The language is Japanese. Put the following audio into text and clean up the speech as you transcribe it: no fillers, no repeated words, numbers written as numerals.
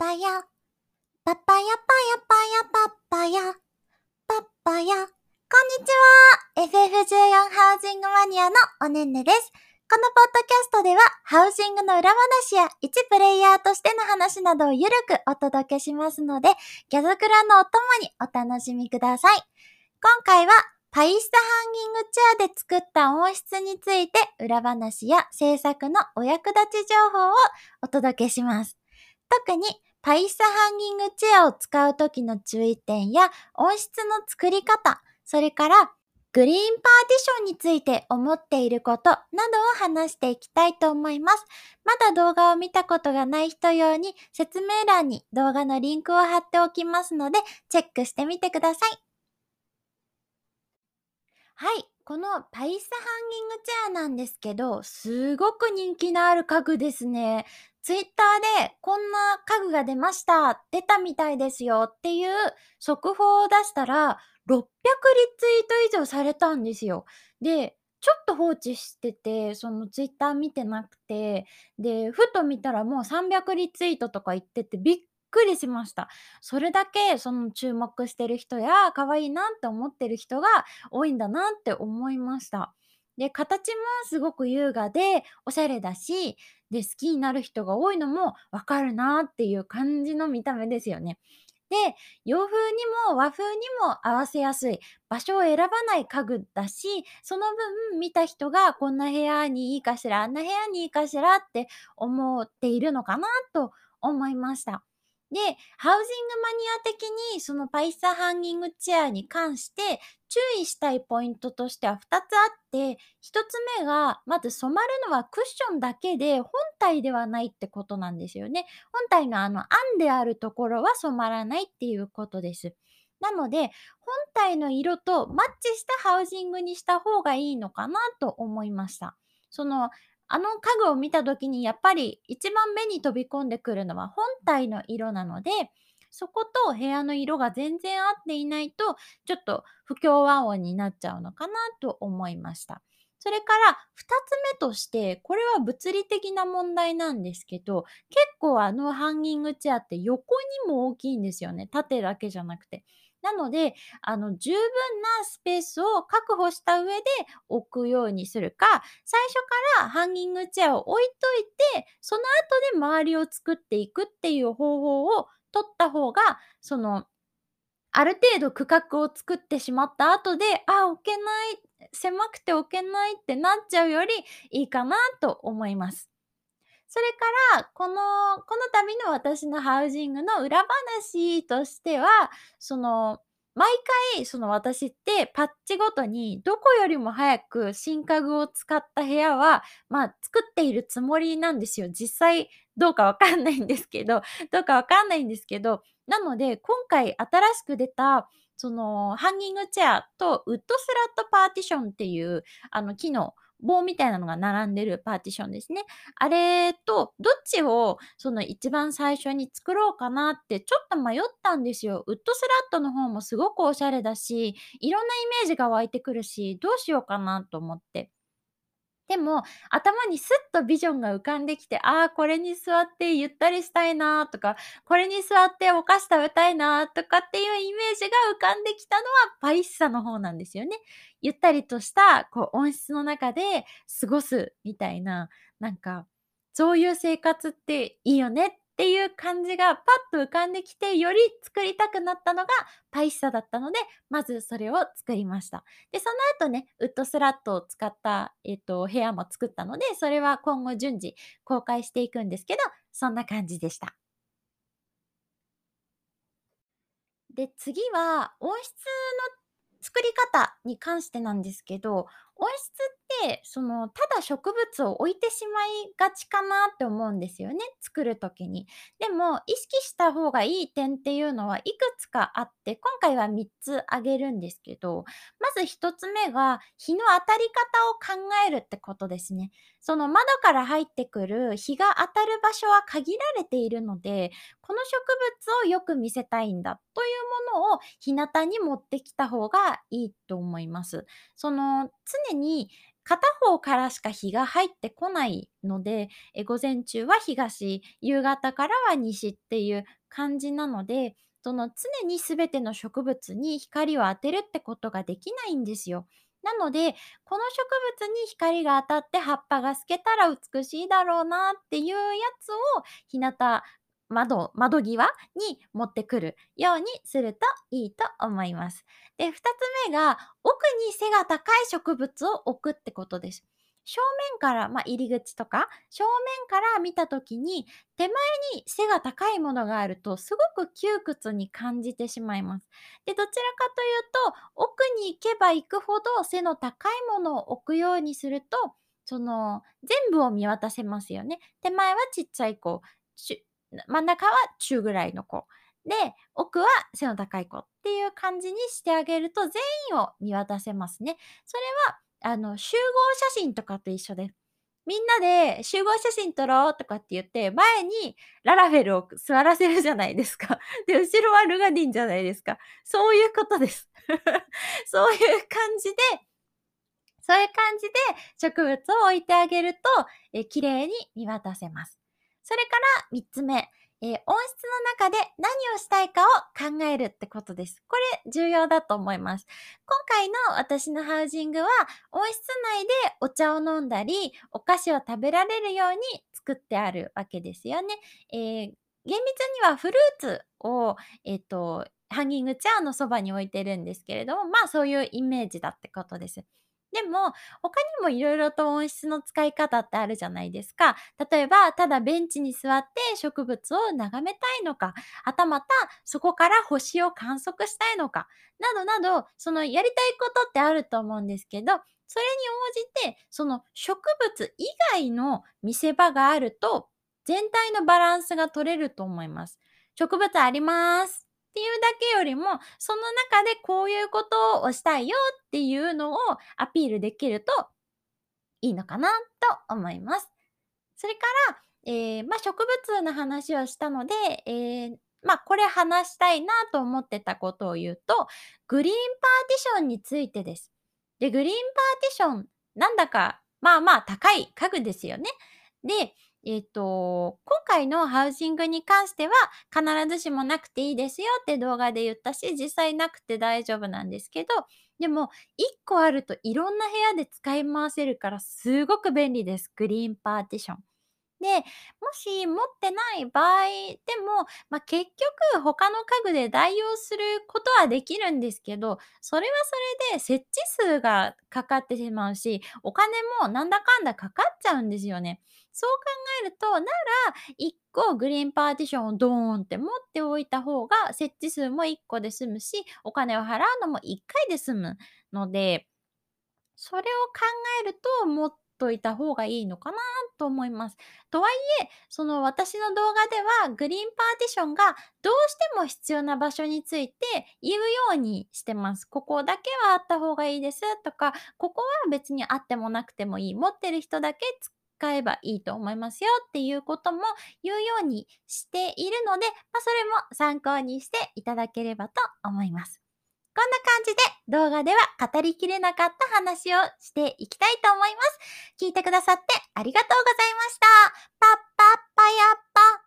パヤ、パパヤパヤパヤパパヤ、パパヤ。こんにちは。FF14 ハウジングマニアのおねんねです。このポッドキャストでは、ハウジングの裏話や一プレイヤーとしての話などをゆるくお届けしますので、ギャザクラのお供にお楽しみください。今回は、パイスタハンギングチェアで作った音質について裏話や制作のお役立ち情報をお届けします。特にパイスタハンギングチェアを使う時の注意点や音質の作り方、それからグリーンパーティションについて思っていることなどを話していきたいと思います。まだ動画を見たことがない人用に説明欄に動画のリンクを貼っておきますのでチェックしてみてください。はい、このパイスタハンギングチェアなんですけど、すごく人気のある家具ですね。ツイッターでこんな家具が出ました、出たみたいですよっていう速報を出したら、600リツイート以上されたんですよ。で、ちょっと放置してて、そのツイッター見てなくて、で、ふと見たらもう300リツイートとか言っててびっくりしました。それだけその注目してる人や可愛いなって思ってる人が多いんだなって思いました。で、形もすごく優雅でおしゃれだし、で、好きになる人が多いのもわかるなっていう感じの見た目ですよね。で、洋風にも和風にも合わせやすい、場所を選ばない家具だし、その分見た人がこんな部屋にいいかしら、あんな部屋にいいかしらって思っているのかなと思いました。で、ハウジングマニア的にそのパイスタハンギングチェアに関して注意したいポイントとしては2つあって、1つ目が、まず染まるのはクッションだけで本体ではないってことなんですよね。本体の案であるところは染まらないっていうことです。なので、本体の色とマッチしたハウジングにした方がいいのかなと思いました。そのあの家具を見た時にやっぱり一番目に飛び込んでくるのは本体の色なので、そこと部屋の色が全然合っていないと、ちょっと不協和音になっちゃうのかなと思いました。それから2つ目として、これは物理的な問題なんですけど、結構ハンギングチェアって横にも大きいんですよね。縦だけじゃなくて。なので、十分なスペースを確保した上で置くようにするか、最初からハンギングチェアを置いといて、その後で周りを作っていくっていう方法を取った方が、ある程度区画を作ってしまった後で、置けない、狭くて置けないってなっちゃうよりいいかなと思います。それから、この度の私のハウジングの裏話としては、その、毎回、私ってパッチごとにどこよりも早く新家具を使った部屋は、作っているつもりなんですよ。実際どうかわかんないんですけどなので、今回新しく出た、ハンギングチェアとウッドスラットパーティションっていう、木の棒みたいなのが並んでるパーティションですね。あれとどっちを一番最初に作ろうかなってちょっと迷ったんですよ。ウッドスラットの方もすごくおしゃれだし、いろんなイメージが湧いてくるし、どうしようかなと思って。でも、頭にスッとビジョンが浮かんできて、これに座ってゆったりしたいなとか、これに座ってお菓子食べたいなとかっていうイメージが浮かんできたのはパイッサの方なんですよね。ゆったりとした音質の中で過ごすみたいな、なんか、そういう生活っていいよねっていう感じがパッと浮かんできて、より作りたくなったのがパイッサだったので、まずそれを作りました。で、その後ね、ウッドスラットを使った、部屋も作ったので、それは今後順次公開していくんですけど、そんな感じでした。で、次は音質の作り方に関してなんですけど、音質ってただ植物を置いてしまいがちかなって思うんですよね、作る時に。でも、意識した方がいい点っていうのはいくつかあって、今回は3つ挙げるんですけど、まず1つ目が日の当たり方を考えるってことですね。その窓から入ってくる日が当たる場所は限られているので、この植物をよく見せたいんだというものを日向に持ってきた方がいいと思います。常に片方からしか日が入ってこないので、午前中は東、夕方からは西っていう感じなので、その常に全ての植物に光を当てるってことができないんですよ。なので、この植物に光が当たって葉っぱが透けたら美しいだろうなっていうやつを日向窓際に持ってくるようにするといいと思います。で、2つ目が、奥に背が高い植物を置くってことです。正面から、入り口とか、正面から見た時に、手前に背が高いものがあると、すごく窮屈に感じてしまいます。で、どちらかというと、奥に行けば行くほど背の高いものを置くようにすると、全部を見渡せますよね。手前はちっちゃい子、真ん中は中ぐらいの子。で、奥は背の高い子っていう感じにしてあげると、全員を見渡せますね。それは、集合写真とかと一緒です。みんなで集合写真撮ろうとかって言って、前にララフェルを座らせるじゃないですか。で、後ろはルガディンじゃないですか。そういうことです。そういう感じでそういう感じで植物を置いてあげると、綺麗に見渡せます。それから3つ目、温室の中で何をしたいかを考えるってことです。これ重要だと思います。今回の私のハウジングは、温室内でお茶を飲んだり、お菓子を食べられるように作ってあるわけですよね。厳密にはフルーツを、ハンギングチェアのそばに置いてるんですけれども、そういうイメージだってことです。でも、他にもいろいろと温室の使い方ってあるじゃないですか。例えば、ただベンチに座って植物を眺めたいのか、はたまたそこから星を観測したいのか、などなど、そのやりたいことってあると思うんですけど、それに応じて、その植物以外の見せ場があると、全体のバランスが取れると思います。植物ありますっていうだけよりも、その中でこういうことをしたいよっていうのをアピールできるといいのかなと思います。それから、植物の話をしたので、これ話したいなと思ってたことを言うと、グリーンパーティションについてです。で、グリーンパーティション、なんだか、高い家具ですよね。で、今回のハウジングに関しては、必ずしもなくていいですよって動画で言ったし、実際なくて大丈夫なんですけど、でも、1個あるといろんな部屋で使い回せるからすごく便利です。グリーンパーティション。で、もし持ってない場合でも、結局他の家具で代用することはできるんですけど、それはそれで設置数がかかってしまうし、お金もなんだかんだかかっちゃうんですよね。そう考えると、なら1個グリーンパーティションをドーンって持っておいた方が、設置数も1個で済むし、お金を払うのも1回で済むので、それを考えると、持っといた方がいいのかなと思います。とはいえ、その私の動画では、グリーンパーティションがどうしても必要な場所について言うようにしてます。ここだけはあった方がいいですとか、ここは別にあってもなくてもいい。持ってる人だけ使えばいいと思いますよっていうことも言うようにしているので、それも参考にしていただければと思います。こんな感じで動画では語りきれなかった話をしていきたいと思います。聞いてくださってありがとうございました。パッパッパヤッパ。